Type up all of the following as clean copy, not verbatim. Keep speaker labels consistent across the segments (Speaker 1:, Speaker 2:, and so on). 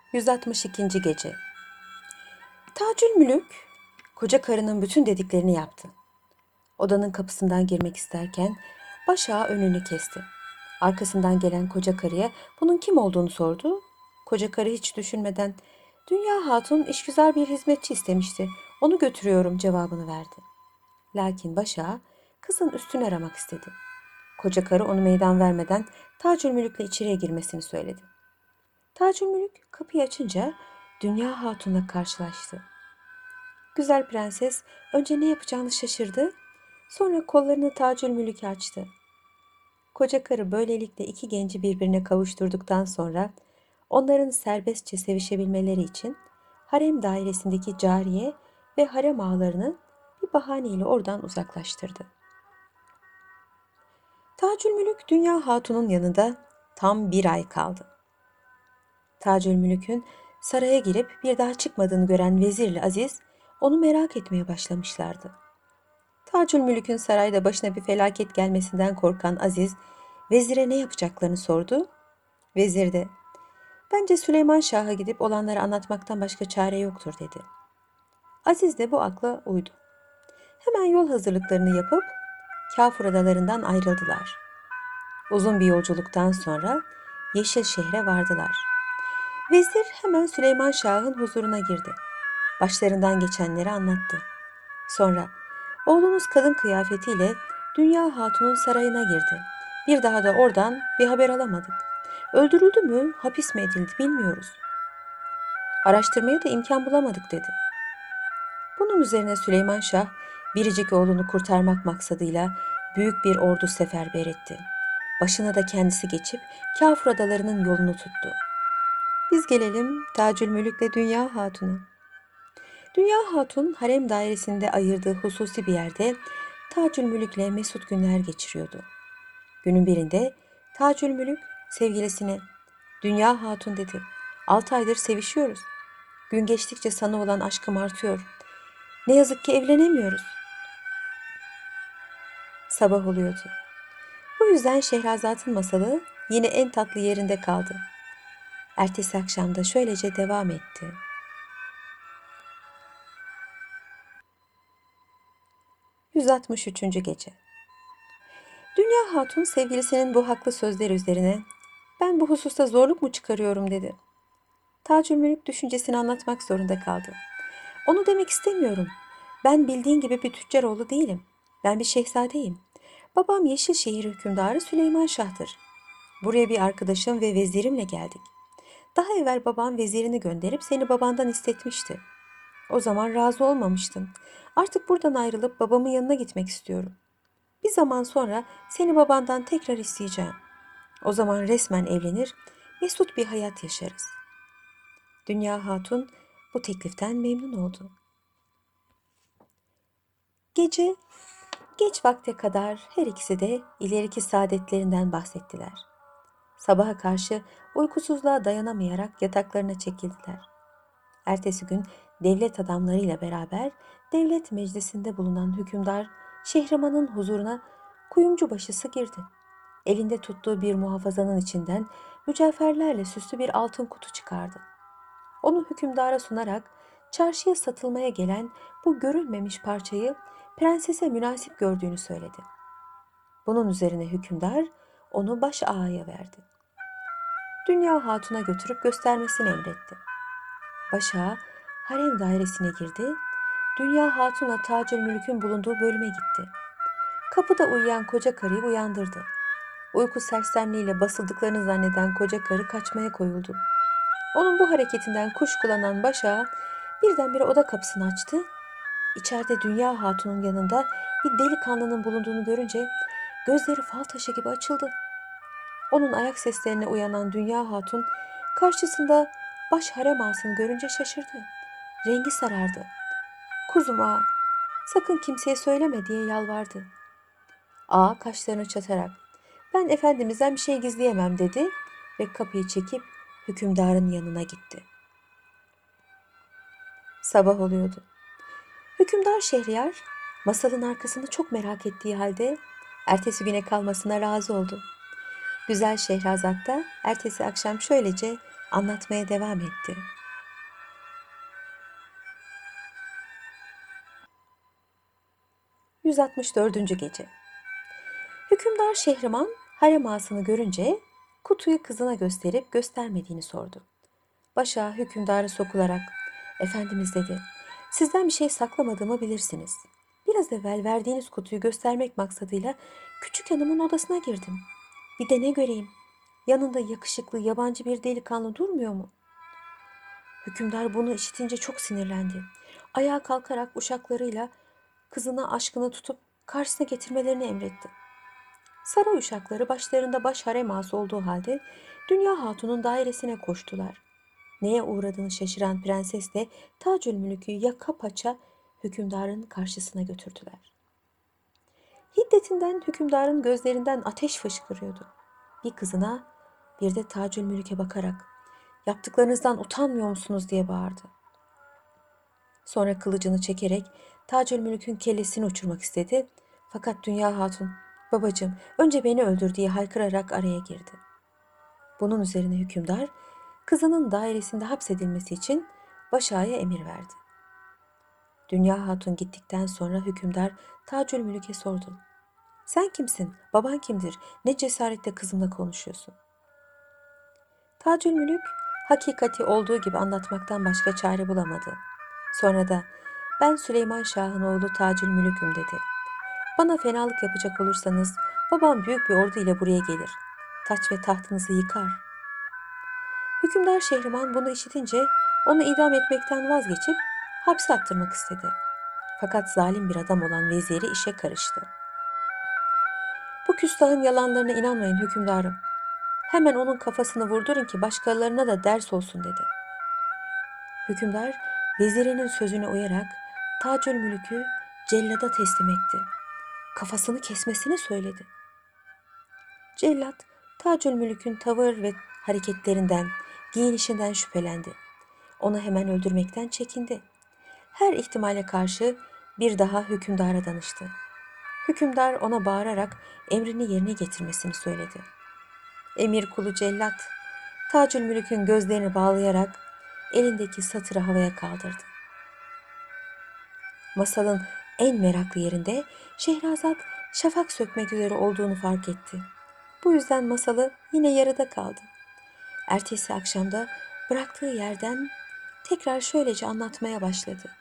Speaker 1: 162. Gece. Tacülmülük koca karının bütün dediklerini yaptı. Odanın kapısından girmek isterken başağı önünü kesti. Arkasından gelen koca karıya bunun kim olduğunu sordu. Koca karı hiç düşünmeden Dünya Hatun işgüzar bir hizmetçi istemişti. Onu götürüyorum cevabını verdi. Lakin başağı kızın üstünü aramak istedi. Koca karı onu meydan vermeden Tacülmülük'le içeriye girmesini söyledi. Tacülmülük kapıyı açınca Dünya Hatun'la karşılaştı. Güzel prenses önce ne yapacağını şaşırdı, sonra kollarını Tacülmülük'e açtı. Koca karı böylelikle iki genci birbirine kavuşturduktan sonra onların serbestçe sevişebilmeleri için harem dairesindeki cariye ve harem ağalarını bir bahaneyle oradan uzaklaştırdı. Tacülmülük Dünya Hatun'un yanında tam bir ay kaldı. Tacülmülük'ün saraya girip bir daha çıkmadığını gören vezirle Aziz onu merak etmeye başlamışlardı. Tacülmülük'ün sarayda başına bir felaket gelmesinden korkan Aziz, vezire ne yapacaklarını sordu. Vezir de, bence Süleyman Şah'a gidip olanları anlatmaktan başka çare yoktur dedi. Aziz de bu akla uydu. Hemen yol hazırlıklarını yapıp Kafur adalarından ayrıldılar. Uzun bir yolculuktan sonra Yeşil şehre vardılar. Vezir hemen Süleyman Şah'ın huzuruna girdi. Başlarından geçenleri anlattı. Sonra oğlunuz kadın kıyafetiyle Dünya Hatun'un sarayına girdi. Bir daha da oradan bir haber alamadık. Öldürüldü mü, hapis mi edildi bilmiyoruz. Araştırmaya da imkan bulamadık dedi. Bunun üzerine Süleyman Şah biricik oğlunu kurtarmak maksadıyla büyük bir ordu seferber etti. Başına da kendisi geçip Kafur adalarının yolunu tuttu. Biz gelelim Tacülmülük'le Dünya Hatun'a. Dünya Hatun harem dairesinde ayırdığı hususi bir yerde Tacülmülük'le mesut günler geçiriyordu. Günün birinde Tacülmülük sevgilisine Dünya Hatun dedi. 6 aydır sevişiyoruz. Gün geçtikçe sana olan aşkım artıyor. Ne yazık ki evlenemiyoruz. Sabah oluyordu. Bu yüzden Şehrazat'ın masalı yine en tatlı yerinde kaldı. Ertesi akşamda şöylece devam etti. 163. Gece. Dünya Hatun sevgilisinin bu haklı sözleri üzerine ben bu hususta zorluk mu çıkarıyorum dedi. Tacülmülük düşüncesini anlatmak zorunda kaldı. Onu demek istemiyorum. Ben bildiğin gibi bir tüccar oğlu değilim. Ben bir şehzadeyim. Babam Yeşilşehir hükümdarı Süleyman Şah'tır. Buraya bir arkadaşım ve vezirimle geldik. Daha evvel babam vezirini gönderip seni babandan istetmişti. O zaman razı olmamıştın. Artık buradan ayrılıp babamın yanına gitmek istiyorum. Bir zaman sonra seni babandan tekrar isteyeceğim. O zaman resmen evlenir, mesut bir hayat yaşarız. Dünya Hatun bu tekliften memnun oldu. Gece geç vakte kadar her ikisi de ileriki saadetlerinden bahsettiler. Sabaha karşı uykusuzluğa dayanamayarak yataklarına çekildiler. Ertesi gün devlet adamlarıyla beraber devlet meclisinde bulunan hükümdar Şehriman'ın huzuruna kuyumcu başısı girdi. Elinde tuttuğu bir muhafazanın içinden mücevherlerle süslü bir altın kutu çıkardı. Onu hükümdara sunarak çarşıya satılmaya gelen bu görülmemiş parçayı prensese münasip gördüğünü söyledi. Bunun üzerine hükümdar onu baş ağaya verdi. Dünya Hatun'a götürüp göstermesini emretti. Baş ağa harem dairesine girdi. Dünya Hatun'la Tacülmülük'ün bulunduğu bölüme gitti. Kapıda uyuyan koca karıyı uyandırdı. Uyku sersemliğiyle basıldıklarını zanneden koca karı kaçmaya koyuldu. Onun bu hareketinden kuşkulanan baş ağa birdenbire oda kapısını açtı. İçeride Dünya Hatun'un yanında bir delikanlının bulunduğunu görünce gözleri fal taşı gibi açıldı. Onun ayak seslerine uyanan Dünya Hatun karşısında baş harem ağasını görünce şaşırdı. Rengi sarardı. Kuzum ağa, sakın kimseye söyleme diye yalvardı. Ağa kaşlarını çatarak ben efendimizden bir şey gizleyemem dedi ve kapıyı çekip hükümdarın yanına gitti. Sabah oluyordu. Hükümdar Şehriyar masalın arkasını çok merak ettiği halde ertesi güne kalmasına razı oldu. Güzel Şehrazat da ertesi akşam şöylece Anlatmaya devam etti. "164. Gece. Hükümdar Şehriman harem ağasını görünce kutuyu kızına gösterip göstermediğini sordu. Başağı hükümdara sokularak, "Efendimiz," dedi, "sizden bir şey saklamadığımı bilirsiniz. Biraz evvel verdiğiniz kutuyu göstermek maksadıyla küçük hanımın odasına girdim. Bir de ne göreyim? Yanında yakışıklı yabancı bir delikanlı durmuyor mu?" Hükümdar bunu işitince çok sinirlendi. Ayağa kalkarak uşaklarıyla kızına aşkını tutup karşısına getirmelerini emretti. Saray uşakları başlarında baş harem ağası olduğu halde Dünya Hatun'un dairesine koştular. Neye uğradığını şaşıran prenses de Tacülmülük'ü yaka paça hükümdarın karşısına götürdüler. Hiddetinden hükümdarın gözlerinden ateş fışkırıyordu. Bir kızına bir de Tacülmülük'e bakarak, "Yaptıklarınızdan utanmıyor musunuz?" diye bağırdı. Sonra kılıcını çekerek Tacülmülük'ün kellesini uçurmak istedi. Fakat Dünya Hatun, "Babacığım, önce beni öldür," diye haykırarak araya girdi. Bunun üzerine hükümdar kızının dairesinde hapsedilmesi için başağaya emir verdi. Dünya Hatun gittikten sonra hükümdar Tacülmülük'e sordu. "Sen kimsin? Baban kimdir? Ne cesaretle kızımla konuşuyorsun?" Tacülmülük hakikati olduğu gibi anlatmaktan başka çare bulamadı. Sonra da, "Ben Süleyman Şah'ın oğlu Tacülmülük'üm," dedi. "Bana fenalık yapacak olursanız babam büyük bir ordu ile buraya gelir. Taç ve tahtınızı yıkar." Hükümdar Şehriman bunu işitince onu idam etmekten vazgeçip hapse attırmak istedi. Fakat zalim bir adam olan veziri işe karıştı. "Bu küstahın yalanlarına inanmayın hükümdarım. Hemen onun kafasını vurdurun ki başkalarına da ders olsun," dedi. Hükümdar vezirinin sözüne uyarak Tacülmülük'ü cellada teslim etti. Kafasını kesmesini söyledi. Cellat Tacülmülük'ün tavır ve hareketlerinden, giyinişinden şüphelendi. Onu hemen öldürmekten çekindi. Her ihtimale karşı bir daha hükümdara danıştı. Hükümdar ona bağırarak emrini yerine getirmesini söyledi. Emir kulu cellat Tacülmülük'ün gözlerini bağlayarak elindeki satırı havaya kaldırdı. Masalın en meraklı yerinde Şehrazat şafak sökmek üzere olduğunu fark etti. Bu yüzden masalı yine yarıda kaldı. Ertesi akşamda bıraktığı yerden tekrar şöylece anlatmaya başladı.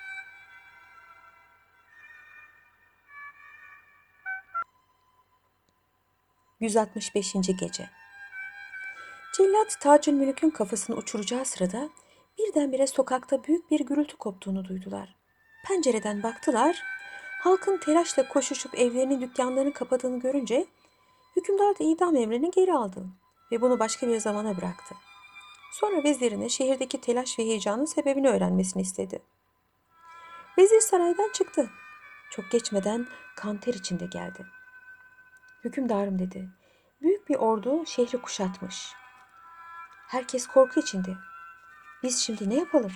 Speaker 1: 165. Gece. Cellat Tacülmülük'ün kafasını uçuracağı sırada birdenbire sokakta büyük bir gürültü koptuğunu duydular. Pencereden baktılar, halkın telaşla koşuşup evlerinin dükkanlarını kapadığını görünce hükümdar da idam emrini geri aldı ve bunu başka bir zamana bıraktı. Sonra vezirine şehirdeki telaş ve heyecanın sebebini öğrenmesini istedi. Vezir saraydan çıktı. Çok geçmeden kan ter içinde geldi. "Hükümdarım," dedi, "büyük bir ordu şehri kuşatmış. Herkes korku içinde. Biz şimdi ne yapalım?"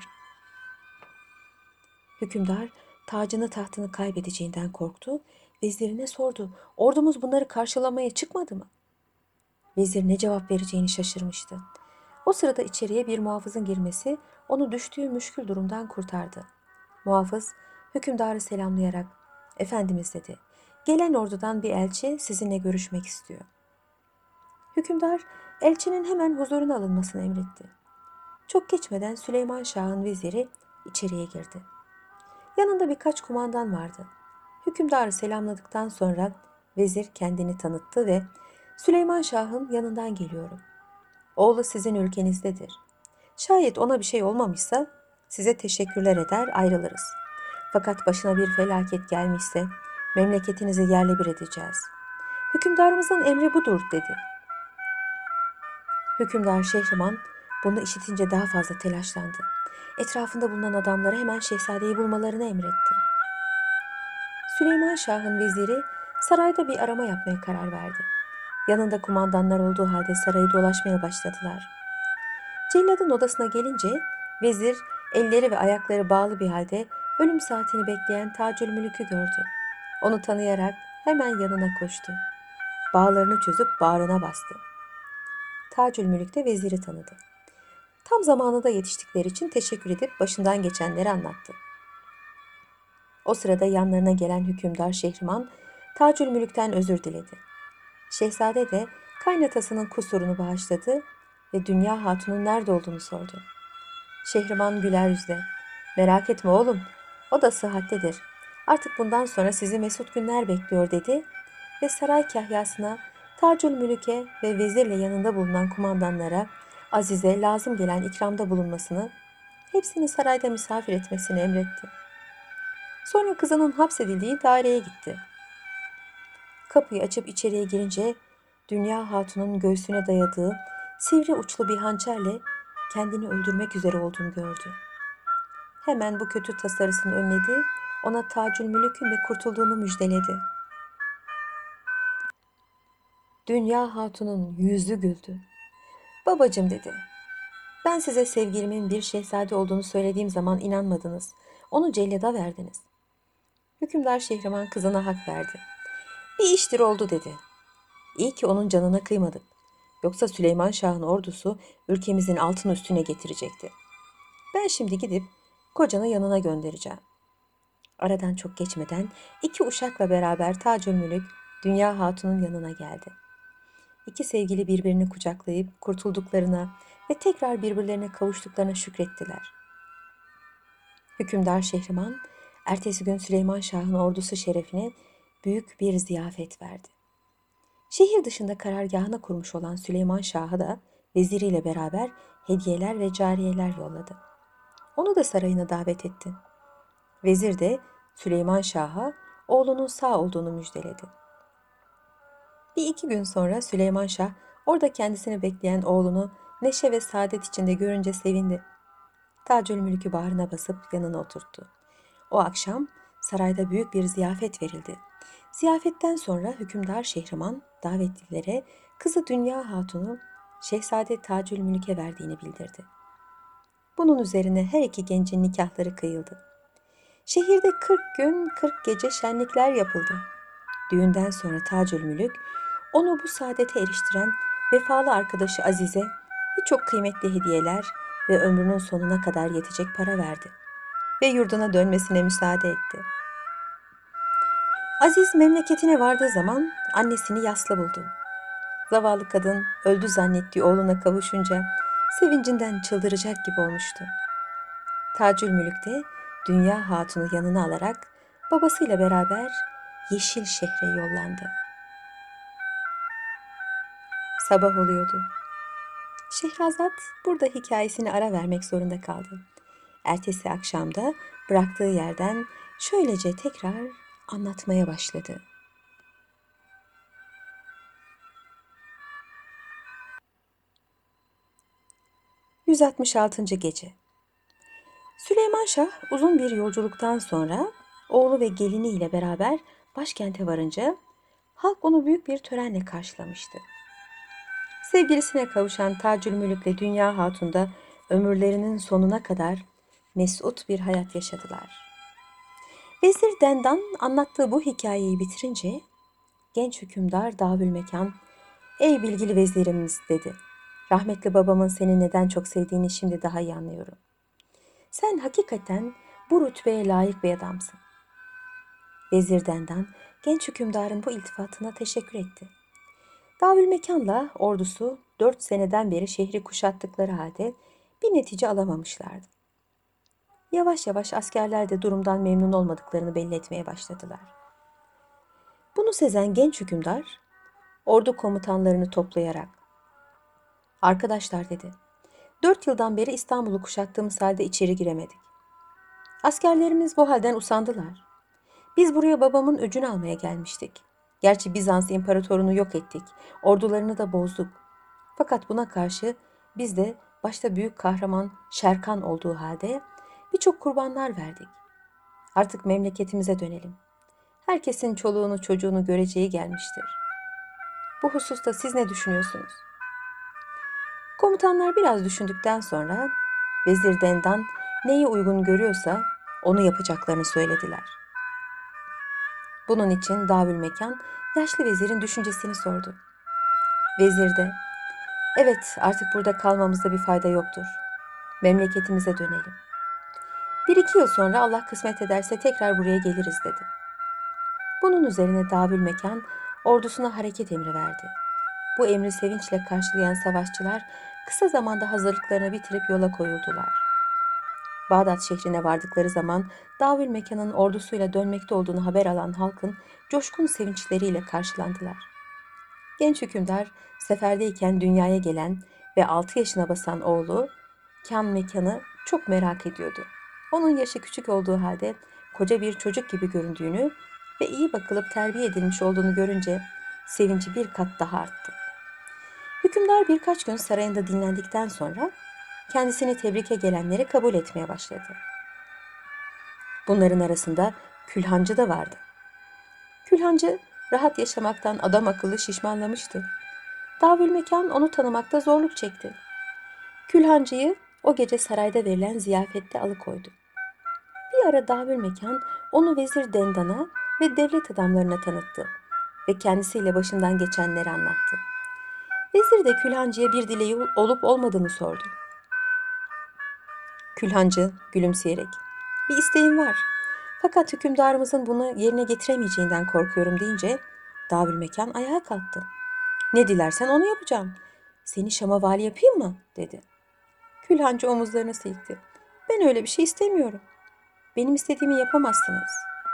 Speaker 1: Hükümdar tacını tahtını kaybedeceğinden korktu. Vezirine sordu. "Ordumuz bunları karşılamaya çıkmadı mı?" Vezir ne cevap vereceğini şaşırmıştı. O sırada içeriye bir muhafızın girmesi onu düştüğü müşkül durumdan kurtardı. Muhafız hükümdarı selamlayarak, "Efendimiz," dedi, "gelen ordudan bir elçi sizinle görüşmek istiyor." Hükümdar elçinin hemen huzuruna alınmasını emretti. Çok geçmeden Süleyman Şah'ın veziri içeriye girdi. Yanında birkaç kumandan vardı. Hükümdarı selamladıktan sonra vezir kendini tanıttı ve "Süleyman Şah'ın yanından geliyorum. Oğlu sizin ülkenizdedir. Şayet ona bir şey olmamışsa size teşekkürler eder ayrılırız. Fakat başına bir felaket gelmişse memleketinizi yerle bir edeceğiz. Hükümdarımızın emri budur," dedi. Hükümdar Şehriman bunu işitince daha fazla telaşlandı. Etrafında bulunan adamlara hemen şehzadeyi bulmalarını emretti. Süleyman Şah'ın veziri sarayda bir arama yapmaya karar verdi. Yanında kumandanlar olduğu halde sarayı dolaşmaya başladılar. Celladın odasına gelince vezir elleri ve ayakları bağlı bir halde ölüm saatini bekleyen Tacülmülük'ü gördü. Onu tanıyarak hemen yanına koştu. Bağlarını çözüp bağrına bastı. Tacülmülük de veziri tanıdı. Tam zamanında yetiştikleri için teşekkür edip başından geçenleri anlattı. O sırada yanlarına gelen hükümdar Şehriman, Tacülmülük'ten özür diledi. Şehzade de kaynatasının kusurunu bağışladı ve Dünya Hatun'un nerede olduğunu sordu. Şehriman güler yüzle, "Merak etme oğlum, o da sıhhattedir. Artık bundan sonra sizi mesut günler bekliyor," dedi ve saray kahyasına, Tacülmülük'e ve vezirle yanında bulunan kumandanlara Azize lazım gelen ikramda bulunmasını, hepsini sarayda misafir etmesini emretti. Sonra kızının hapsedildiği daireye gitti. Kapıyı açıp içeriye girince Dünya Hatun'un göğsüne dayadığı sivri uçlu bir hançerle kendini öldürmek üzere olduğunu gördü. Hemen bu kötü tasarısını önledi, ona Tacülmülük'ün de kurtulduğunu müjdeledi. Dünya Hatun'un yüzü güldü. "Babacığım," dedi, "ben size sevgilimin bir şehzade olduğunu söylediğim zaman inanmadınız. Onu cellada verdiniz." Hükümdar Şehriman kızına hak verdi. "Bir iştir oldu," dedi. "İyi ki onun canına kıymadık. Yoksa Süleyman Şah'ın ordusu ülkemizin altını üstüne getirecekti. Ben şimdi gidip kocanı yanına göndereceğim." Aradan çok geçmeden 2 uşakla beraber Tacülmülük Dünya Hatun'un yanına geldi. İki sevgili birbirini kucaklayıp kurtulduklarına ve tekrar birbirlerine kavuştuklarına şükrettiler. Hükümdar Şehriman, ertesi gün Süleyman Şah'ın ordusu şerefine büyük bir ziyafet verdi. Şehir dışında karargahını kurmuş olan Süleyman Şah'a da veziriyle beraber hediyeler ve cariyeler yolladı. Onu da sarayına davet etti. Vezir de Süleyman Şah'a oğlunun sağ olduğunu müjdeledi. 1-2 gün sonra Süleyman Şah orada kendisini bekleyen oğlunu neşe ve saadet içinde görünce sevindi. Tacülmülk'ü bağrına basıp yanına oturttu. O akşam sarayda büyük bir ziyafet verildi. Ziyafetten sonra hükümdar Şehriman davetlilere kızı Dünya Hatun'u Şehzade Tacülmülk'e verdiğini bildirdi. Bunun üzerine her iki gencin nikahları kıyıldı. Şehirde 40 gün 40 gece şenlikler yapıldı. Düğünden sonra Tacülmülk onu bu saadete eriştiren vefalı arkadaşı Azize birçok kıymetli hediyeler ve ömrünün sonuna kadar yetecek para verdi ve yurduna dönmesine müsaade etti. Aziz memleketine vardığı zaman annesini yaslı buldu. Zavallı kadın öldü zannettiği oğluna kavuşunca sevincinden çıldıracak gibi olmuştu. Tacülmülk de Dünya Hatun'u yanına alarak babasıyla beraber Yeşil Şehre yollandı. Sabah oluyordu. Şehrazat burada hikayesini ara vermek zorunda kaldı. Ertesi akşamda bıraktığı yerden şöylece tekrar anlatmaya başladı. 166. Gece. Süleyman Şah uzun bir yolculuktan sonra oğlu ve gelini ile beraber başkente varınca halk onu büyük bir törenle karşılamıştı. Sevgilisine kavuşan Tacülmülk'le Dünya Hatun da ömürlerinin sonuna kadar mesut bir hayat yaşadılar. Vezir Dendan anlattığı bu hikayeyi bitirince genç hükümdar Davülmekan, "Ey bilgili vezirimiz," dedi. "Rahmetli babamın seni neden çok sevdiğini şimdi daha iyi anlıyorum. Sen hakikaten bu rütbeye layık bir adamsın." Vezir Dendan genç hükümdarın bu iltifatına teşekkür etti. Davülmekan'la ordusu 4 seneden beri şehri kuşattıkları halde bir netice alamamışlardı. Yavaş yavaş askerler de durumdan memnun olmadıklarını belli etmeye başladılar. Bunu sezen genç hükümdar ordu komutanlarını toplayarak, "Arkadaşlar," dedi, 4 yıldan beri İstanbul'u kuşattığımız halde içeri giremedik. Askerlerimiz bu halden usandılar. Biz buraya babamın öcünü almaya gelmiştik. Gerçi Bizans imparatorunu yok ettik, ordularını da bozduk. Fakat buna karşı biz de başta büyük kahraman Şerkan olduğu halde birçok kurbanlar verdik. Artık memleketimize dönelim. Herkesin çoluğunu çocuğunu göreceği gelmiştir. Bu hususta siz ne düşünüyorsunuz?" Komutanlar biraz düşündükten sonra Vezir Dendan neyi uygun görüyorsa onu yapacaklarını söylediler. Bunun için Davülmekan yaşlı vezirin düşüncesini sordu. Vezir de, "Evet, artık burada kalmamızda bir fayda yoktur. Memleketimize dönelim. 1-2 yıl sonra Allah kısmet ederse tekrar buraya geliriz dedi. Bunun üzerine Davülmekan ordusuna hareket emri verdi. Bu emri sevinçle karşılayan savaşçılar kısa zamanda hazırlıklarını bitirip yola koyuldular. Bağdat şehrine vardıkları zaman Davülmekan'ın ordusuyla dönmekte olduğunu haber alan halkın coşkun sevinçleriyle karşılandılar. Genç hükümdar seferdeyken dünyaya gelen ve 6 yaşına basan oğlu Kan Mekan'ı çok merak ediyordu. Onun yaşı küçük olduğu halde koca bir çocuk gibi göründüğünü ve iyi bakılıp terbiye edilmiş olduğunu görünce sevinci bir kat daha arttı. Hükümdar birkaç gün sarayında dinlendikten sonra kendisini tebrike gelenleri kabul etmeye başladı. Bunların arasında Külhancı da vardı. Külhancı rahat yaşamaktan adam akıllı şişmanlamıştı. Davülmekan onu tanımakta zorluk çekti. Külhancı'yı o gece sarayda verilen ziyafette alıkoydu. Bir ara Davülmekan onu Vezir Dendan'a ve devlet adamlarına tanıttı ve kendisiyle başından geçenleri anlattı. Vezir de Külhancı'ya bir dileği olup olmadığını sordu. Külhancı gülümseyerek, "Bir isteğim var. Fakat hükümdarımızın bunu yerine getiremeyeceğinden korkuyorum" deyince Davülmekan ayağa kalktı. "Ne dilersen onu yapacağım. Seni Şam'a vali yapayım mı?" dedi. Külhancı omuzlarını silkti. "Ben öyle bir şey istemiyorum. Benim istediğimi yapamazsınız."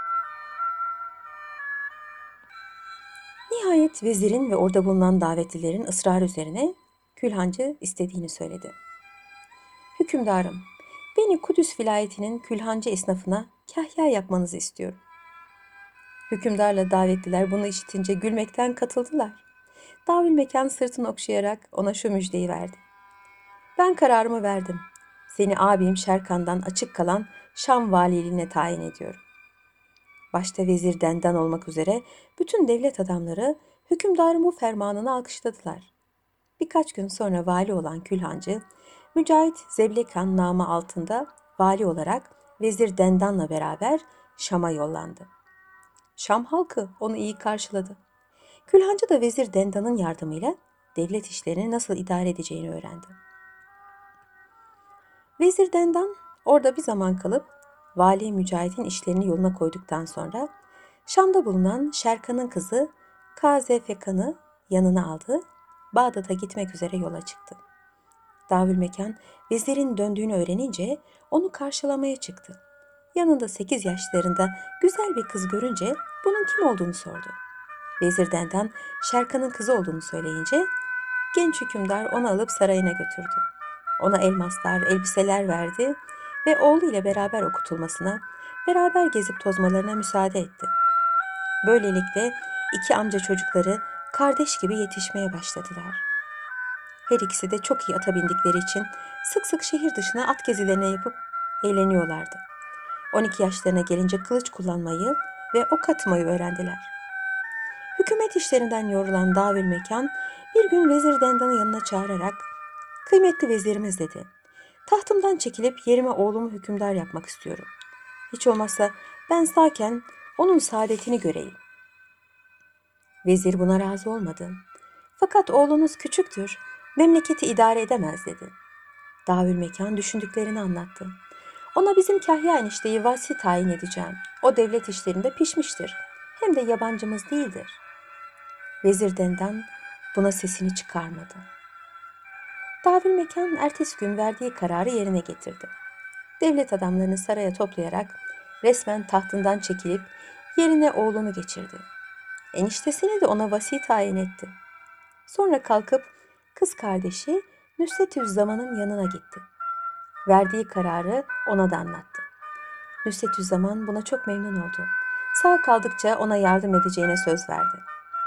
Speaker 1: Nihayet vezirin ve orada bulunan davetlilerin ısrarı üzerine Külhancı istediğini söyledi. "Hükümdarım, beni Kudüs vilayetinin Külhancı esnafına kahya yapmanızı istiyorum." Hükümdarla davetliler bunu işitince gülmekten katıldılar. Davülmekan sırtını okşayarak ona şu müjdeyi verdi. "Ben kararımı verdim. Seni abim Şerkan'dan açık kalan Şam valiliğine tayin ediyorum." Başta Vezir Dendan olmak üzere bütün devlet adamları hükümdarın bu fermanını alkışladılar. Birkaç gün sonra vali olan Külhancı, Mücahit Zeblekan namı altında vali olarak Vezir Dendan'la beraber Şam'a yollandı. Şam halkı onu iyi karşıladı. Külhancı da Vezir Dendan'ın yardımıyla devlet işlerini nasıl idare edeceğini öğrendi. Vezir Dendan orada bir zaman kalıp Vali Mücahit'in işlerini yoluna koyduktan sonra Şam'da bulunan Şerkan'ın kızı Kazefekan'ı yanına aldı, Bağdat'a gitmek üzere yola çıktı. Davülmekan vezirin döndüğünü öğrenince onu karşılamaya çıktı. Yanında 8 yaşlarında güzel bir kız görünce bunun kim olduğunu sordu. Vezir Dendan Şerkan'ın kızı olduğunu söyleyince genç hükümdar onu alıp sarayına götürdü. Ona elmaslar, elbiseler verdi ve oğlu ile beraber okutulmasına, beraber gezip tozmalarına müsaade etti. Böylelikle 2 amca çocukları kardeş gibi yetişmeye başladılar. Her ikisi de çok iyi ata bindikleri için sık sık şehir dışına at gezilerine yapıp eğleniyorlardı. 12 yaşlarına gelince kılıç kullanmayı ve ok atmayı öğrendiler. Hükümet işlerinden yorulan Davülmekan bir gün Vezir Dendan'ı yanına çağırarak "Kıymetli vezirimiz" dedi. "Tahtımdan çekilip yerime oğlumu hükümdar yapmak istiyorum. Hiç olmazsa ben sağken onun saadetini göreyim." Vezir buna razı olmadı. "Fakat oğlunuz küçüktür, memleketi idare edemez" dedi. Davülmekan düşündüklerini anlattı. "Ona bizim Kahya enişteyi vasi tayin edeceğim. O devlet işlerinde pişmiştir. Hem de yabancımız değildir." Vezir Dendan buna sesini çıkarmadı. Davülmekan ertesi gün verdiği kararı yerine getirdi. Devlet adamlarını saraya toplayarak resmen tahtından çekilip yerine oğlunu geçirdi. Eniştesini de ona vasi tayin etti. Sonra kalkıp kız kardeşi Nusretüzzaman'ın yanına gitti. Verdiği kararı ona da anlattı. Nusretüzzaman buna çok memnun oldu. Sağ kaldıkça ona yardım edeceğine söz verdi.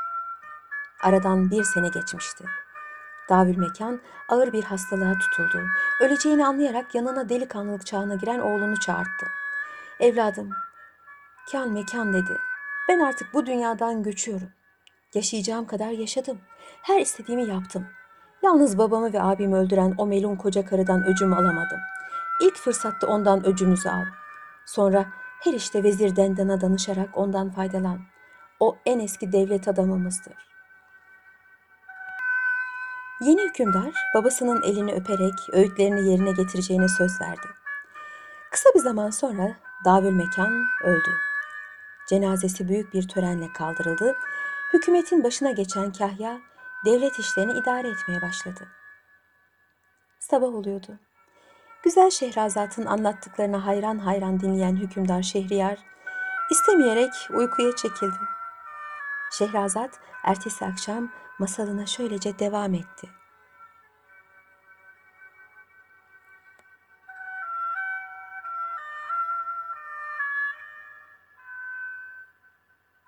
Speaker 1: Aradan 1 sene geçmişti. Davülmekan ağır bir hastalığa tutuldu. Öleceğini anlayarak yanına delikanlılık çağına giren oğlunu çağırttı. "Evladım, kan mekan" dedi. "Ben artık bu dünyadan göçüyorum. Yaşayacağım kadar yaşadım. Her istediğimi yaptım. Yalnız babamı ve abimi öldüren o melun koca karıdan öcümü alamadım. İlk fırsatta ondan öcümüzü al. Sonra her işte Vezir Dendan'a danışarak ondan faydalan. O en eski devlet adamımızdır." Yeni hükümdar babasının elini öperek öğütlerini yerine getireceğine söz verdi. Kısa bir zaman sonra Davülmekan öldü. Cenazesi büyük bir törenle kaldırıldı. Hükümetin başına geçen Kahya devlet işlerini idare etmeye başladı. Sabah oluyordu. Güzel Şehrazat'ın anlattıklarına hayran hayran dinleyen hükümdar Şehriyar istemeyerek uykuya çekildi. Şehrazat ertesi akşam masalına şöylece devam etti.